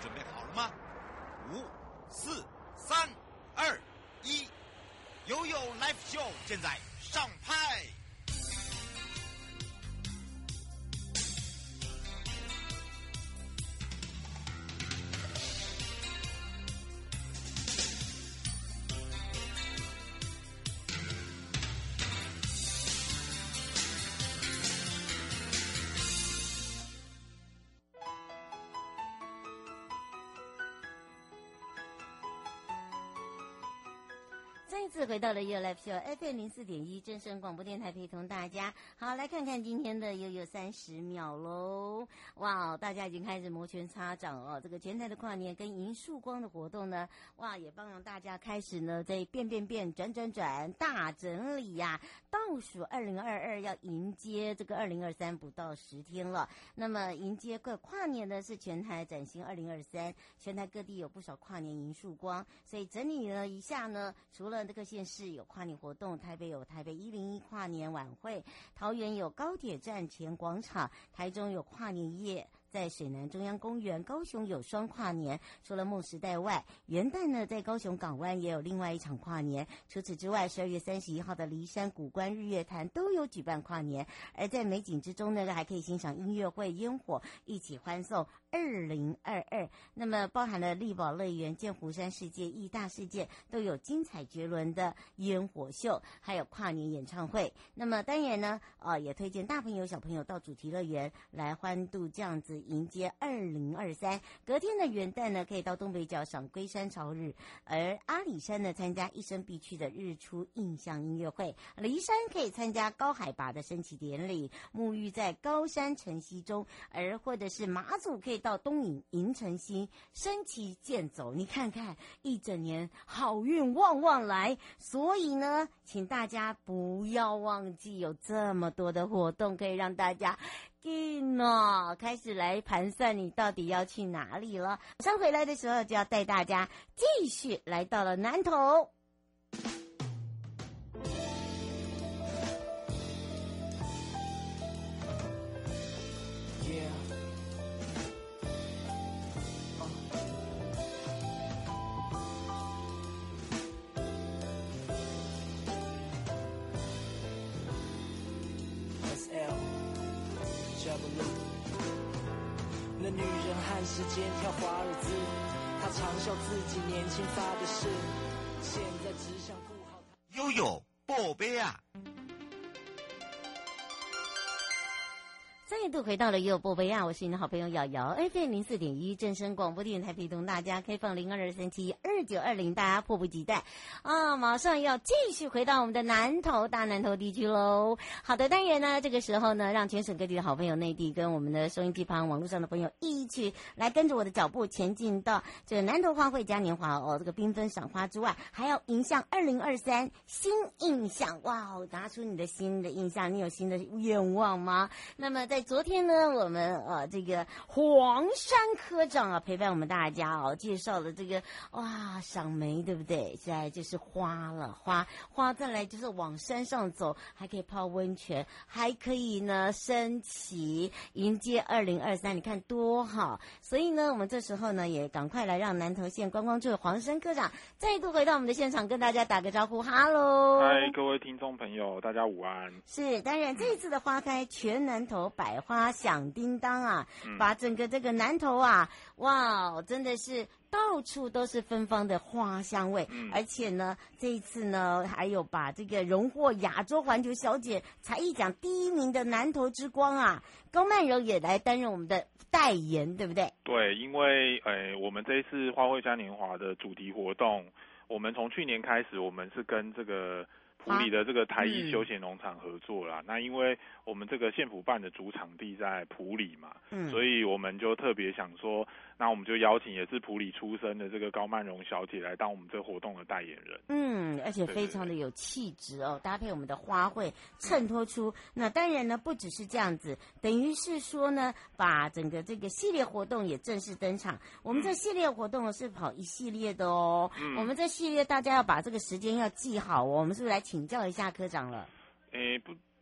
准备好了吗？5、4、3、2、1，悠悠 Live Show 现在上拍。 再一次回到了悠悠 Live Show FM 04.1正声广播电台，陪同大家。好，来看看今天的悠悠30秒喽。哇，大家已经开始摩拳擦掌哦。这个前台的跨年跟银树光的活动呢，哇，也帮大家开始呢在变转大整理呀。倒数2022要迎接这个2023不到10天了。那么迎接跨年的是全台崭新2023，全台各地有不少跨年银树光，所以整理了一下呢，除了这个县市有跨年活动，台北有台北101跨年晚会，桃园有高铁站前广场，台中有跨年夜在水南中央公园，高雄有双跨年，除了梦时代外，元旦呢在高雄港湾也有另外一场跨年。除此之外，12月31号的梨山谷关日月潭都有举办跨年，而在美景之中呢，还可以欣赏音乐会、烟火，一起欢送2022。那么包含了力宝乐园、剑湖山世界、义大世界都有精彩绝伦的烟火秀，还有跨年演唱会。那么当然呢，也推荐大朋友小朋友到主题乐园来欢度这样子迎接2023。隔天的元旦呢，可以到东北角赏龟山朝日，而阿里山呢参加一生必去的日出印象音乐会，梨山可以参加高海拔的升旗典礼，沐浴在高山晨曦中，而或者是马祖可以到东引迎晨曦升旗健走。你看看一整年好运旺旺来，所以呢请大家不要忘记有这么多的活动可以让大家开始来盘算你到底要去哪里了。马上回来的时候就要带大家继续来到了南投。 那女人和时间跳华尔兹，她常笑自己年轻发的誓，现在只想顾好悠悠宝贝啊。 再度回到了悠悠宝贝啊，我是你的好朋友瑶瑶 FM 04.1正声广播电台，陪同大家开放02372920，大家迫不及待啊，马上要继续回到我们的大南投地区喽。好的，当然呢，这个时候呢，让全省各地的好朋友、内地跟我们的收音机旁、网络上的朋友一起来跟着我的脚步前进到这个南投花卉嘉年华哦，这个缤纷赏花之外，还要迎向2023新印象。哇哦，拿出你的新的印象，你有新的愿望吗？那么在昨天呢，我们这个黄山科长陪伴我们大家介绍了这个赏梅，对不对？现在就是花了，花再来就是往山上走，还可以泡温泉，还可以呢升旗迎接2023，你看多好！所以呢，我们这时候呢也赶快来让南投县观光处黄山科长再度回到我们的现场，跟大家打个招呼，哈喽！ 嗨，各位听众朋友，大家午安。 是，当然这一次的花开全南投百花响叮当啊，把整个这个南投哇，真的是到处都是芬芳的花香味，而且呢，这一次呢，还有把这个荣获亚洲环球小姐才艺奖第1名的南投之光高曼柔也来担任我们的代言，对不对？ 对，因为我们这一次花卉嘉年华的主题活动，我们从去年开始，我们是跟这个埔里的这个台一休闲农场合作啦。那因为我们这个县府办的主场地在埔里嘛，所以我们就特别想说，那我们就邀请也是埔里出生的这个高曼荣小姐来当我们这个活动的代言人。 而且非常的有气质搭配我们的花卉，衬托出。那当然呢，不只是这样子，等于是说呢，把整个这个系列活动也正式登场。我们这系列活动是跑一系列的我们这系列大家要把这个时间要记好我们是不是来请教一下科长了？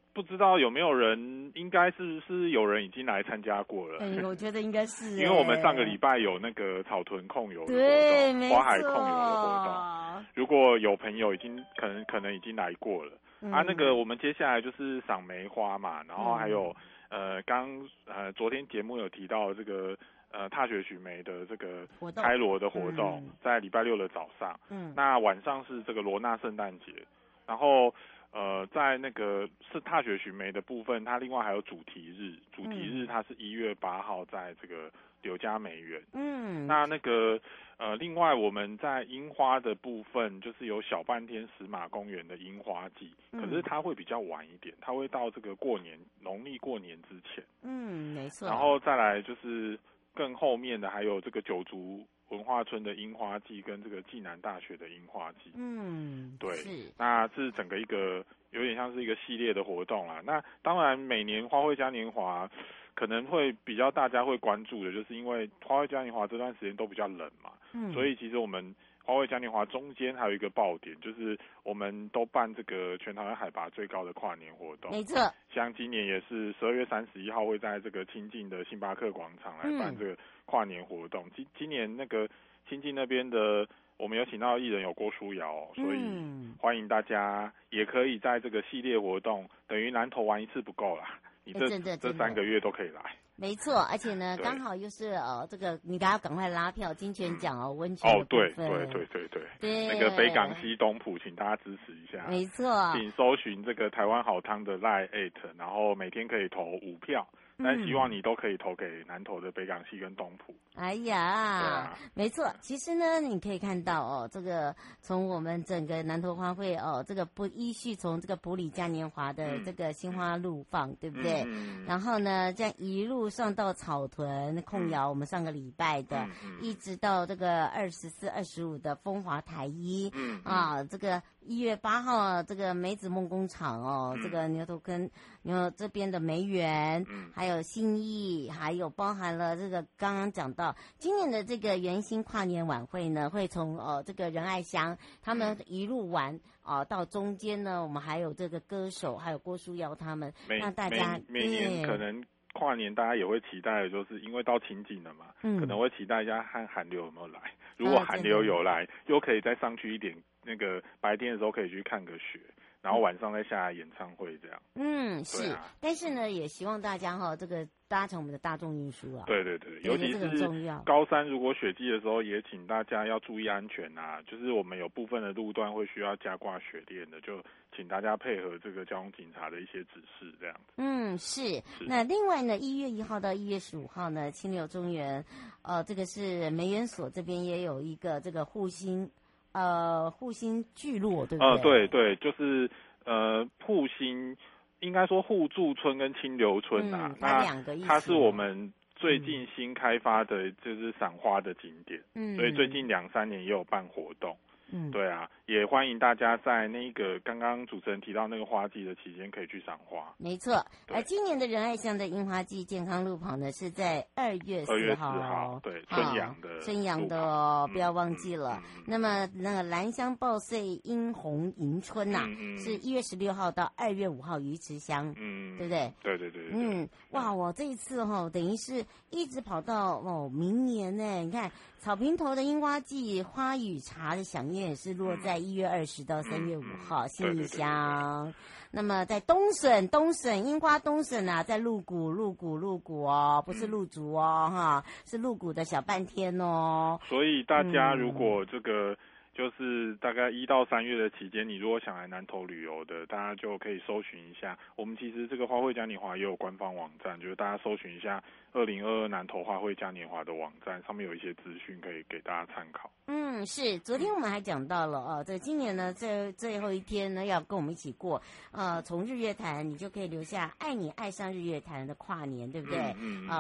不知道有没有人，应该是有人已经来参加过了。 我觉得应该是， 因为我们上个礼拜有那个草屯控油的活对， 动，花海控油的活动。如果有朋友已经可能已经来过了，那个我们接下来就是赏梅花嘛，然后还有昨天节目有提到这个踏雪寻梅的这个开罗的活动，在礼拜六的早上，那晚上是这个罗纳圣诞节，然后在那个是踏雪寻梅的部分，它另外还有主题日，它是1月8号在这个柳家梅园。那个另外我们在樱花的部分，就是有小半天石马公园的樱花季，可是它会比较晚一点，它会到这个农历过年之前。 没错。 然后再来就是更后面的还有这个九族文化村的樱花季跟这个暨南大学的樱花季。对，那是整个一个有点像是一个系列的活动啦。那当然每年花卉嘉年华可能会比较大家会关注的，就是因为花卉嘉年华这段时间都比较冷嘛，所以其实我们花卉嘉年华中间还有一个爆点，就是我们都办这个全台湾海拔最高的跨年活动。 没错， 像今年也是12月31号会在这个清境的星巴克广场来办这个跨年活动。今年那个清境那边的我们有请到艺人有郭书瑶，所以欢迎大家也可以在这个系列活动，等于南投玩一次不够啦，你这3个月都可以来。 没错，而且呢，刚好又是这个你大家赶快拉票金泉奖温泉的部分。 对，那个北港溪东埔，请大家支持一下。 没错， 请搜寻这个台湾好汤的 LINE@，然后每天可以投5票。但希望你都可以投给南投的北港溪跟东埔。 哎呀，没错，其实呢，你可以看到这个从我们整个南投花卉这个不依序从这个埔里嘉年华的这个鲜花路放，对不对？然后呢，这样一路上到草屯控窑，我们上个礼拜的，一直到这个24、25的风华台一，这个1月8号这个梅子梦工厂这个牛头坑这边的梅园，还有信义，还有包含了这个刚刚讲到今年的这个圆心跨年晚会呢，会从这个仁爱乡他们一路玩到中间呢，我们还有这个歌手，还有郭书瑶他们，让大家每年可能跨年大家也会期待的，就是因为到清境了嘛，可能会期待一下看寒流有没有来。如果寒流有来，又可以再上去一点，那个白天的时候可以去看个雪，然后晚上再下来演唱会这样。 是，但是呢，也希望大家这个搭乘我们的大众运输啊。 对，尤其是高山，如果雪季的时候，也请大家要注意安全啊。就是我们有部分的路段会需要加挂雪链的，就请大家配合这个交通警察的一些指示，这样子。 是。那另外呢，1月1号到1月15号呢，清流中原，这个是梅园所这边也有一个这个护心聚落，对不对？ 对，就是护心，应该说互助村跟清流村啊，那它是我们最近新开发的，就是赏花的景点，所以最近2-3年也有办活动。对啊，也欢迎大家在那个刚刚主持人提到那个花季的期间可以去赏花。 没错，而今年的仁爱乡的樱花季健康路跑呢是在2月4号， 对，春阳的不要忘记了。那么那个兰香报岁樱红迎春是1月16号到2月5号鱼池乡，对不对？ 对。 哇，我这一次等于是一直跑到明年呢。你看草坪头的樱花季花与茶的飨宴也是落在1月20到3月5号，信义乡。那么在东省樱花东省啊，在鹿谷不是鹿竹是鹿谷的小半天哦。 所以大家如果这个就是大概1到3月的期间，你如果想来南投旅游的，大家就可以搜寻一下。我们其实这个花卉嘉年华也有官方网站，就是大家搜寻一下2022南投花卉嘉年华的网站，上面有一些资讯可以给大家参考。 是，昨天我们还讲到了这今年呢最后一天呢要跟我们一起过，从日月潭你就可以留下爱你爱上日月潭的跨年，对不对？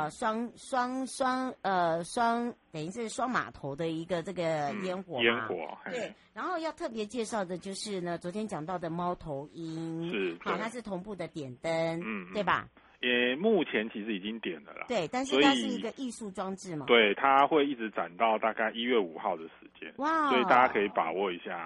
双等于是双码头的一个这个烟火。对，然后要特别介绍的就是呢，昨天讲到的猫头鹰，它是同步的点灯，对吧？ 目前其实已经点了啦。 对，但是它是一个艺术装置嘛。 对，它会一直展到大概1月5号的时间。哇！所以大家可以把握一下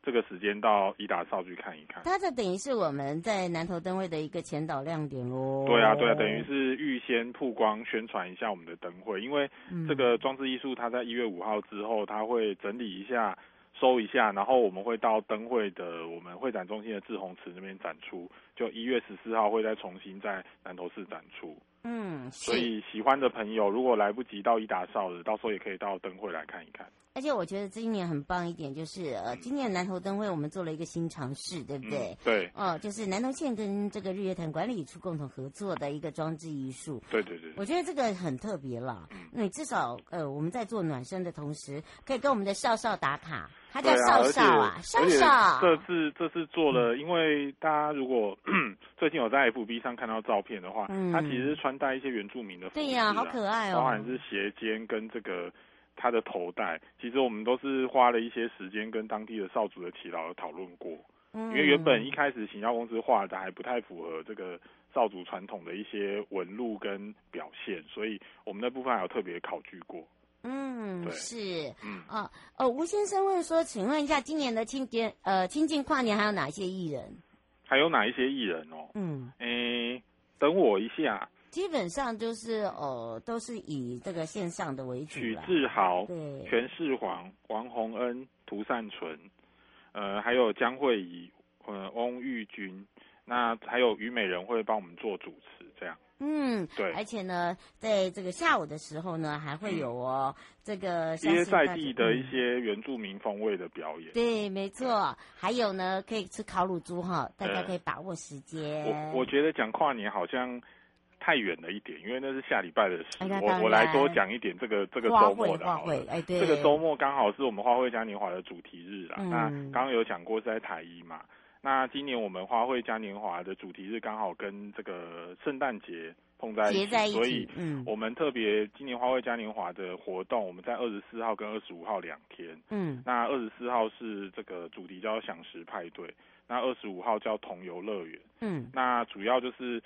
这个时间到伊达邵去看一看。 它这等于是我们在南投灯会的一个前导亮点咯。 对啊，对啊，等于是预先曝光宣传一下我们的灯会，因为这个装置艺术它在1月5号之后，它会整理一下、收一下，然后我们会到灯会的我们会展中心的志宏池那边展出，就1月14号会再重新在南投市展出。所以喜欢的朋友如果来不及到伊达邵的，到时候也可以到灯会来看一看。 而且我觉得今年很棒一点，就是今年南投灯会我们做了一个新尝试，对不对？ 对。 就是南投县跟这个日月潭管理处共同合作的一个装置艺术。 对对对。 我觉得这个很特别啦。你至少我们在做暖身的同时，可以跟我们的少少打卡。他叫少少啊，少少。 这次做了，因为大家如果最近有在 FB 上看到照片的话，他其实是穿戴一些原住民的服饰。 对呀，好可爱哦。 包含是鞋尖跟这个他的头带，其实我们都是花了一些时间跟当地的少族的耆老讨论过。因为原本一开始行销公司画的还不太符合这个少族传统的一些纹路跟表现，所以我们那部分还有特别考据过。对， 是。吴先生问说，请问一下，今年的清境跨年还有哪些艺人？ 还有哪一些艺人哦？等我一下。 基本上就是都是以这个线上的为主。 许志豪、 对， 全世煌、王洪恩、涂善存，还有江慧仪、翁玉君，那还有虞美人会帮我们做主持，这样。对。 而且呢，在这个下午的时候呢，还会有这个一些在地的一些原住民风味的表演。 对，没错。还有呢，可以吃烤乳猪哈，大家可以把握时间。 我觉得讲跨年好像太远了一点，因为那是下礼拜的事。我来多讲一点这个周末的好了。 对， 这个周末刚好是我们花卉嘉年华的主题日啦。那刚刚有讲过是在台一嘛。那今年我们花卉嘉年华的主题日刚好跟这个圣诞节碰在一起，所以我们特别今年花卉嘉年华的活动，我们在24号跟25号2天。那24号是这个主题叫享食派对，那25号叫同游乐园。那主要就是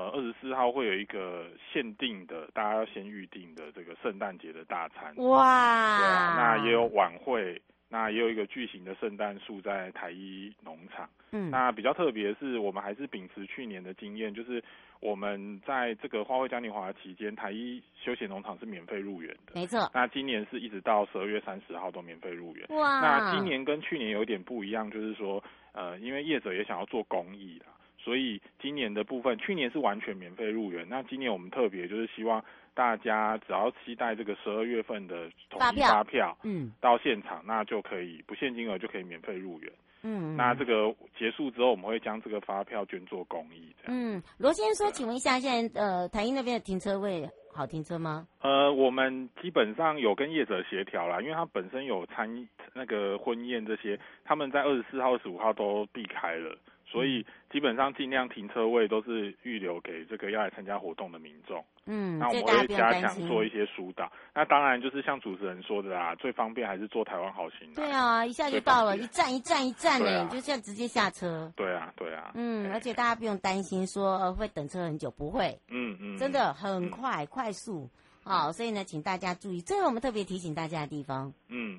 24号会有一个限定的，大家要先预定的这个圣诞节的大餐。 哇！ 对啊，那也有晚会。那也有一个巨型的圣诞树在台一农场。那比较特别的是，我们还是秉持去年的经验，就是我们在这个花卉嘉年华期间，台一休闲农场是免费入园的。 没错。 那今年是一直到12月30号都免费入园。 哇！ 那今年跟去年有点不一样，就是说，因为业者也想要做公益啦，所以今年的部分，去年是完全免费入园。那今年我们特别就是希望大家只要期待这个12月份的统一发票，到现场，那就可以不限金额就可以免费入园。那这个结束之后，我们会将这个发票捐做公益。这样。 罗先生说，请问一下，现在台一那边的停车位好停车吗？ 我们基本上有跟业者协调啦，因为他本身有那个婚宴这些，他们在24号、25号都避开了。所以基本上尽量停车位都是预留给这个要来参加活动的民众。那我们会加强做一些疏导。那当然就是像主持人说的啦，最方便还是坐台湾好行。 对啊，一下就到了，一站呢，就这样直接下车。 对啊。 而且大家不用担心说会等车很久，不会。真的很快速。好，所以呢，请大家注意，这是我们特别提醒大家的地方。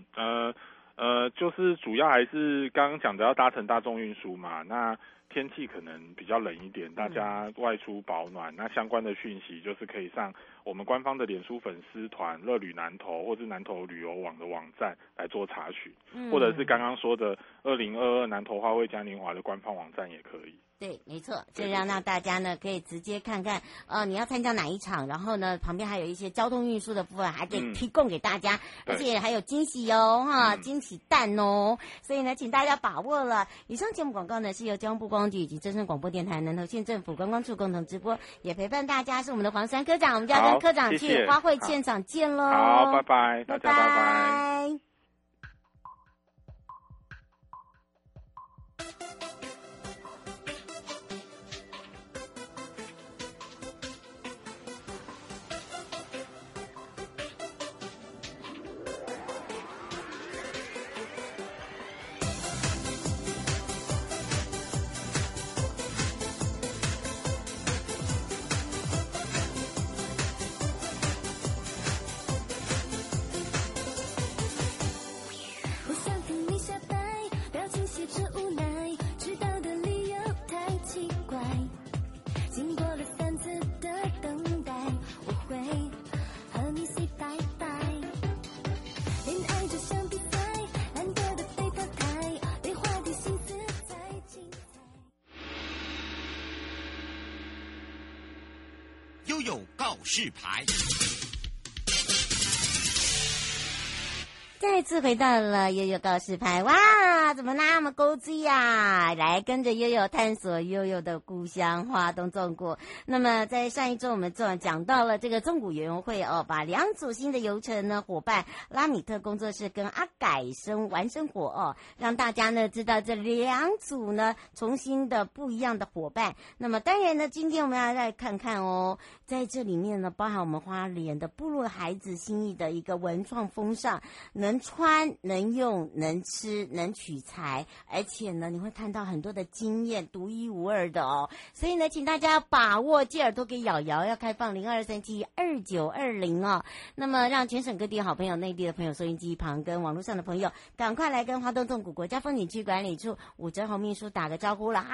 就是主要还是刚刚讲的要搭乘大众运输嘛，那天气可能比较冷一点，大家外出保暖。那相关的讯息就是可以上我们官方的脸书粉丝团乐旅南投或是南投旅游网的网站来做查询，或者是刚刚说的2022南投花卉嘉年华的官方网站也可以。 对，没错，这让大家呢可以直接看看，你要参加哪一场，然后呢旁边还有一些交通运输的部分，还可以提供给大家，而且还有惊喜哦，惊喜蛋哦，所以呢，请大家把握了。以上节目广告呢是由交通部观光局以及真声广播电台南投县政府观光处共同直播，也陪伴大家是我们的黄山科长，我们就要跟科长去花卉现场见喽。 好，拜拜，大家拜拜。 悠告示牌。 再次回到了悠悠告示牌，哇，怎么那么勾稽呀？来跟着悠悠探索悠悠的故乡花东纵谷。那么在上一周我们讲到了这个纵谷游泳会哦，把两组新的游程呢伙伴拉米特工作室跟阿改玩生活哦，让大家呢知道这两组呢重新的不一样的伙伴。那么当然呢，今天我们要来看看哦，在这里面呢包含我们花莲的部落孩子心意的一个文创风尚，能穿能用能吃能取材，而且呢你会看到很多的经验独一无二的哦，所以呢请大家把握，借耳朵给瑶瑶，要开放02372920哦。那么让全省各地好朋友、内地的朋友、收音机旁跟网络上的朋友赶快来跟花东纵谷国家风景区管理处武哲宏秘书打个招呼了。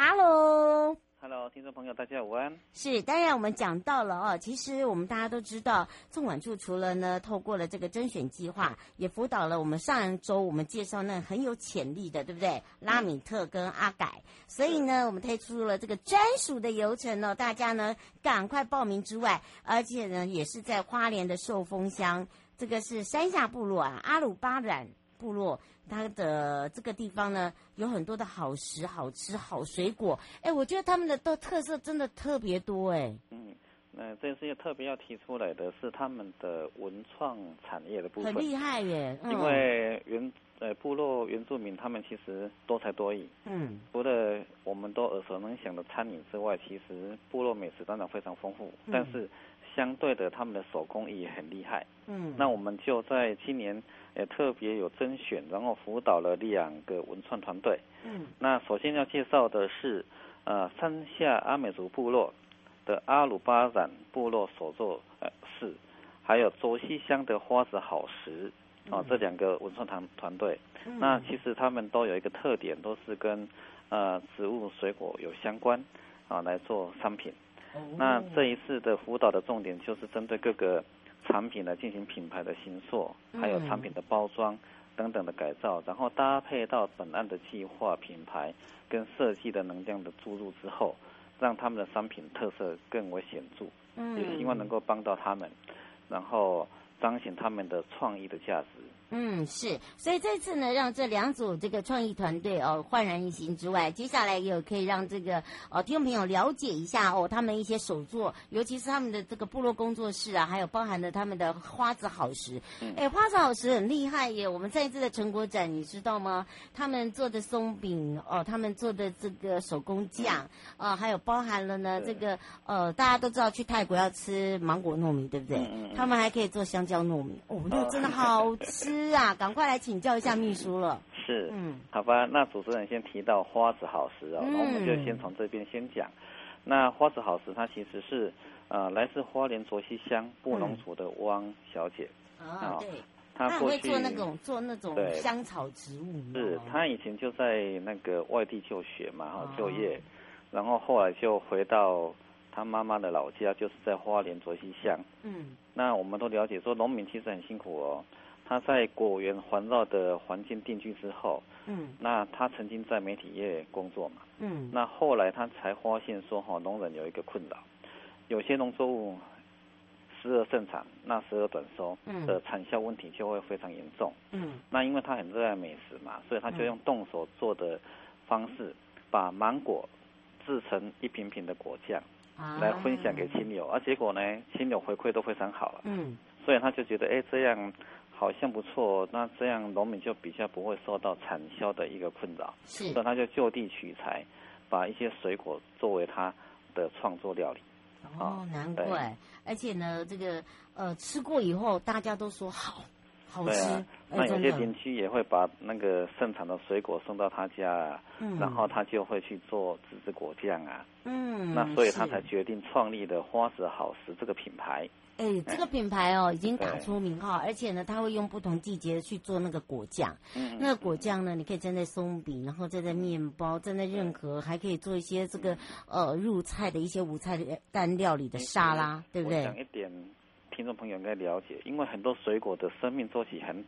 Hello， 听众朋友，大家午安。 是，当然我们讲到了哦，其实我们大家都知道，纵管处除了呢透过了这个甄选计划，也辅导了我们上周我们介绍那很有潜力的，对不对？拉米特跟阿改，所以呢我们推出了这个专属的游程哦，大家呢赶快报名之外，而且呢也是在花莲的寿丰乡，这个是山下部落啊，阿鲁巴染部落。它的这个地方呢，有很多的好食、好吃、好水果。我觉得他们的特色真的特别多这次特别要提出来的是他们的文创产业的部分， 很厉害耶。 因为部落原住民他们其实多才多艺。除了我们都耳熟能详的餐饮之外，其实部落美食当然非常丰富，但是相对的他们的手工艺也很厉害。那我们就在今年特别有甄选，然后辅导了2个文创团队。那首先要介绍的是山下阿美族部落的阿鲁巴染部落手作室，还有卓溪乡的花子好食这2个文创团队。那其实他们都有一个特点，都是跟植物水果有相关来做商品。那这一次的辅导的重点就是针对各个产品来进行品牌的形塑，还有产品的包装等等的改造，然后搭配到本案的计划、品牌跟设计的能量的注入之后，让他们的商品特色更为显著。也希望能够帮到他们，然后彰显他们的创意的价值。 是，所以这次呢，让这2组这个创意团队焕然一新之外，接下来也有可以让这个听众朋友了解一下他们一些手作，尤其是他们的这个部落工作室啊，还有包含了他们的花子好食。花子好食很厉害耶！我们这一次的成果展，你知道吗？他们做的松饼他们做的这个手工酱还有包含了呢这个大家都知道去泰国要吃芒果糯米，对不对？他们还可以做香蕉糯米那个真的好吃啊！赶快来请教一下秘书了。 是，好吧，那主持人先提到花子好食然后我们就先从这边先讲。那花子好食它其实是来自花莲卓溪乡布农族的汪小姐对， 她过去会做那种香草植物。 是，她以前就在那个外地就学嘛就业，然后后来就回到他妈妈的老家，就是在花莲卓溪乡。那我们都了解说农民其实很辛苦他在果园环绕的环境定居之后，那他曾经在媒体业工作嘛，那后来他才发现说农人有一个困扰，有些农作物时而盛产，那时而短收的产销问题就会非常严重。那因为他很热爱美食嘛，所以他就用动手做的方式，把芒果制成一瓶瓶的果酱，来分享给亲友，结果呢，亲友回馈都非常好所以他就觉得这样好像不错，那这样农民就比较不会受到产销的一个困扰，所以他就就地取材，把一些水果作为他的创作料理。 难怪，而且呢，这个吃过以后，大家都说好吃。 那有些邻居也会把那个盛产的水果送到他家然后他就会去做自制果酱那所以他才决定创立的花子好食这个品牌。 这个品牌已经打出名号，而且呢，它会用不同季节去做那个果酱。那个果酱呢，你可以蘸在松饼，然后蘸在面包，蘸在任何，还可以做一些这个入菜的一些无菜单料理的沙拉，对不对？ 我讲一点，听众朋友应该了解，因为很多水果的生命周期很短，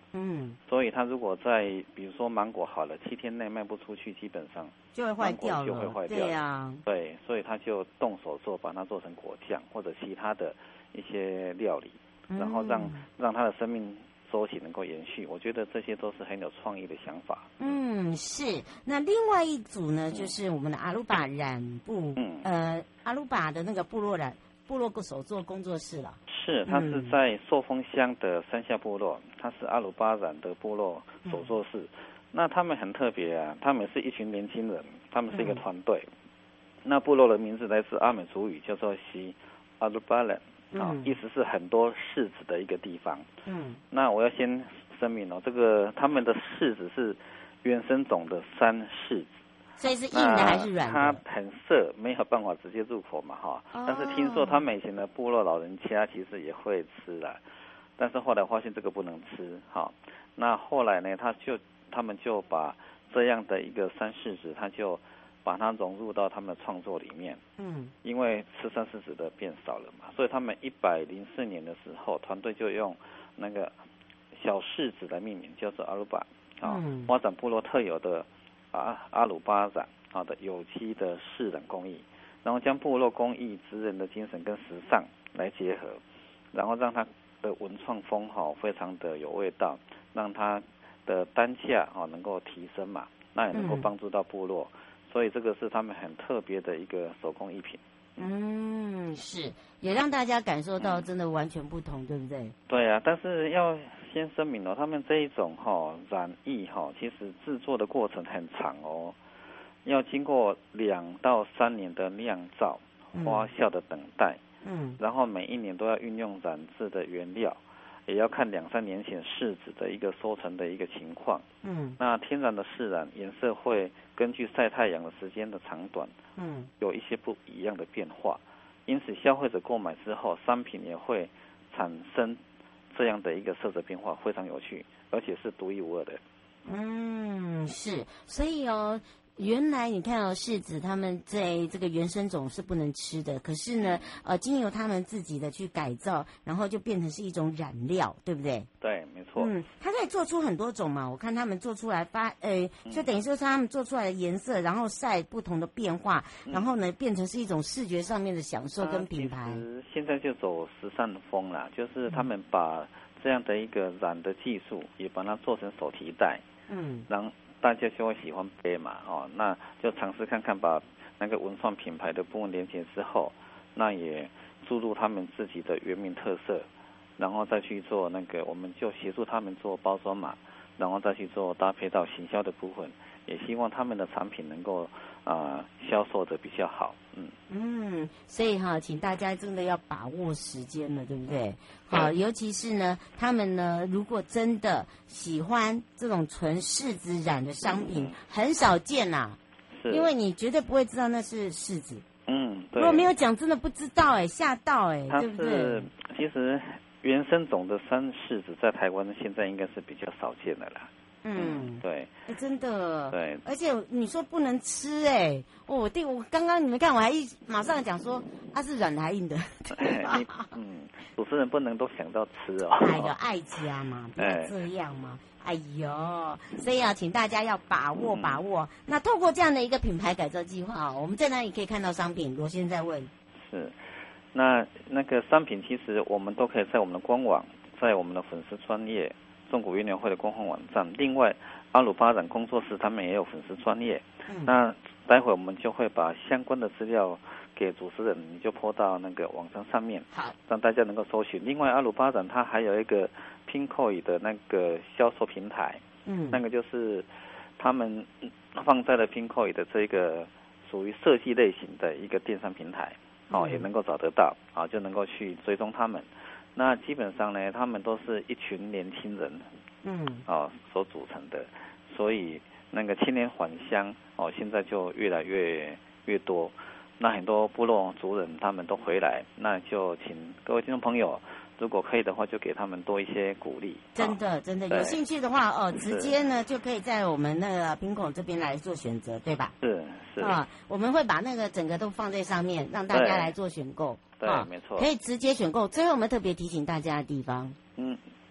所以它如果在比如说芒果好了7天内卖不出去，基本上就会坏掉了， 就会坏掉。 对啊， 对，所以他就动手做，把它做成果酱或者其他的一些料理，然后让它的生命周期能够延续。我觉得这些都是很有创意的想法。 是。那另外一组呢，就是我们的阿鲁巴染布，阿鲁巴的那个部落手作工作室了。 是，它是在寿丰乡的山下部落，它是阿鲁巴染的部落手作室。那他们很特别啊，他们是一群年轻人，他们是一个团队。那部落的名字来自阿美族语，叫做西阿鲁巴人，意思是很多柿子的一个地方。那我要先声明这个他们的柿子是原生种的山柿子。 所以是硬的还是软的？ 它很涩，没有办法直接入口嘛，但是听说他们以前的部落老人家其实也会吃啦，但是后来发现这个不能吃，那后来呢，他们就把这样的一个山柿子，他就把它融入到他们的创作里面。因为吃山柿子的变少了嘛，所以他们104年的时候，团队就用那个小柿子来命名，叫做阿鲁巴，发展部落特有的阿鲁巴染的有机的柿染工艺，然后将部落工艺职人的精神跟时尚来结合，然后让它的文创风非常的有味道，让它的单价能够提升嘛，那也能够帮助到部落，所以这个是他们很特别的一个手工艺品。 是，也让大家感受到真的完全不同，对不对？ 对啊，但是要先声明他们这一种染艺其实制作的过程很长要经过2到3年的酿造、发酵的等待，然后每一年都要运用染制的原料，也要看2-3年前柿子的一个收成的一个情况。那天然的柿染颜色会根据晒太阳的时间的长短，有一些不一样的变化，因此消费者购买之后，商品也会产生这样的一个色泽变化，非常有趣，而且是独一无二的。 是，所以原来你看柿子他们在这个原生种是不能吃的，可是呢经由他们自己的去改造，然后就变成是一种染料，对不对？ 对，没错。 它可以做出很多种嘛，我看他们做出来就等于说是他们做出来的颜色，然后晒不同的变化，然后呢变成是一种视觉上面的享受跟品牌。 其实现在就走时尚风啦，就是他们把这样的一个染的技术也把它做成手提袋，让大家就会喜欢背嘛，那就尝试看看把那个文创品牌的部分连接之后，那也注入他们自己的原名特色，然后再去做我们就协助他们做包装嘛，然后再去做搭配到行销的部分，也希望他们的产品能够销售的比较好。 所以请大家真的要把握时间了，对不对？好，尤其是呢，他们呢，如果真的喜欢这种纯柿子染的商品，很少见啦，因为你绝对不会知道那是柿子。 对。 如果没有讲，真的不知道吓到对不对？ 其实原生种的山柿子在台湾现在应该是比较少见的啦。对， 真的， 对， 而且你说不能吃我刚刚你们看，我还马上讲说它是软的还硬的。 主持人不能都想到吃爱家嘛，不要这样嘛。所以请大家要把握。那透过这样的一个品牌改造计划我们在哪里可以看到商品？罗先生在问。 是，那个商品其实我们都可以在我们的官网，在我们的粉丝专页。中国园联会的官方网站，另外阿鲁巴染工作室他们也有粉丝专页，那待会我们就会把相关的资料给主持人，你就po到那个网站上面， 好， 让大家能够搜寻。另外阿鲁巴染它还有一个 Pinkoi 的那个销售平台，那个就是他们放在了 Pinkoi 的这个属于设计类型的一个电商平台，也能够找得到，就能够去追踪他们。那基本上呢，他们都是一群年轻人，所组成的，所以那个青年返乡现在就越来越多。那很多部落族人他们都回来，那就请各位听众朋友，如果可以的话，就给他们多一些鼓励。 真的，有兴趣的话直接呢就可以在我们那个苹果这边来做选择，对吧？ 是我们会把那个整个都放在上面，让大家来做选购。 对，没错。 可以直接选购。最后我们特别提醒大家的地方，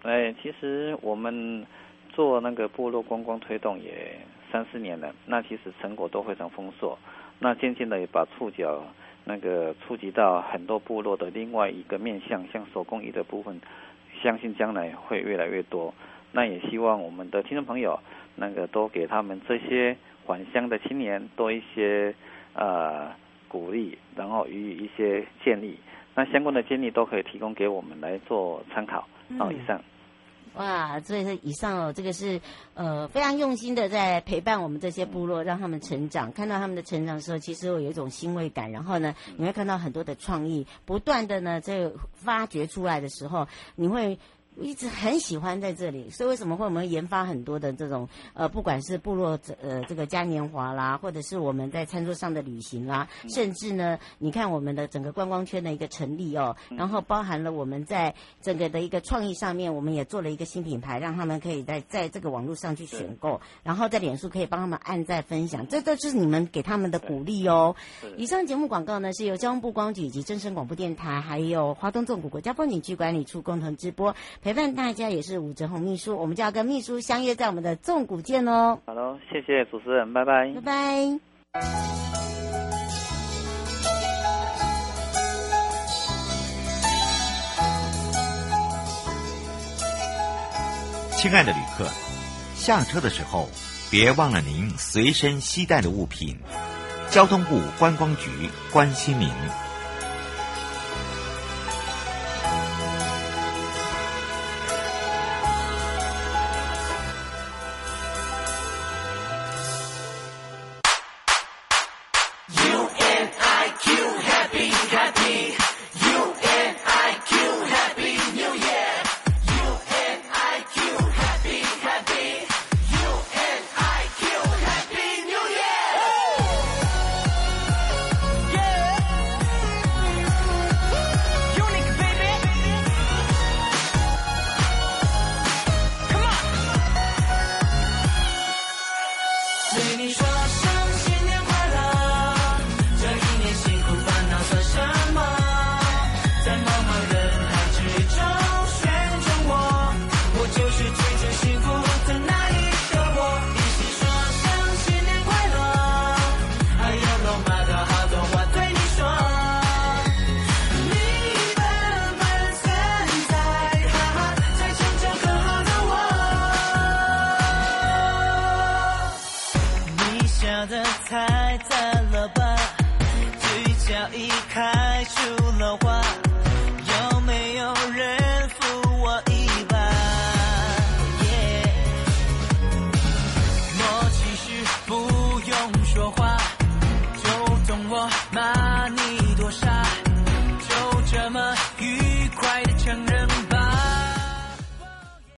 其实我们做那个部落观光推动也3-4年了，那其实成果都非常丰硕。那渐渐的也把触角触及到很多部落的另外一个面向，像手工艺的部分，相信将来会越来越多。那也希望我们的听众朋友都给他们这些返乡的青年多一些鼓励，然后予以一些建议。那相关的建议都可以提供给我们来做参考。以上。 哇，所以说以上这个是非常用心的在陪伴我们这些部落，让他们成长。看到他们的成长的时候，其实我有一种欣慰感。然后呢，你会看到很多的创意不断的呢在发掘出来的时候，你会一直很喜欢在这里。所以为什么我们研发很多的这种不管是部落这个嘉年华啦，或者是我们在餐桌上的旅行啦，甚至呢你看我们的整个观光圈的一个成立然后包含了我们在整个的一个创意上面，我们也做了一个新品牌，让他们可以在这个网络上去选购，然后在脸书可以帮他们按赞分享，这就是你们给他们的鼓励哦。以上节目广告呢是由交通部观光局以及正声广播电台还有花东纵谷国家风景区管理处共同直播，陪伴大家也是武哲宏秘书，我们就要跟秘书相约在我们的纵谷见哦。 好喽，谢谢主持人，拜拜。 拜拜。 亲爱的旅客，下车的时候别忘了您随身携带的物品。交通部观光局关心您。